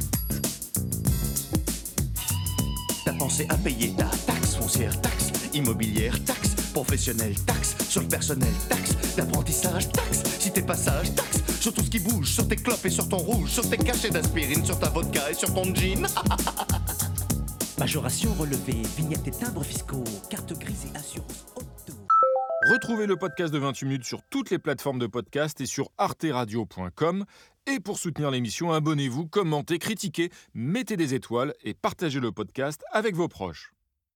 T'as pensé à payer ta taxe foncière, taxe immobilière, taxe professionnelle, taxe sur le personnel, taxe d'apprentissage, taxe si t'es pas sage, taxe sur tout ce qui bouge, sur tes clopes et sur ton rouge, sur tes cachets d'aspirine, sur ta vodka et sur ton jean. Majoration relevée, vignettes et timbres fiscaux, carte grise et assurance auto. Retrouvez le podcast de 28 minutes sur toutes les plateformes de podcast et sur arteradio.com. Et pour soutenir l'émission, abonnez-vous, commentez, critiquez, mettez des étoiles et partagez le podcast avec vos proches.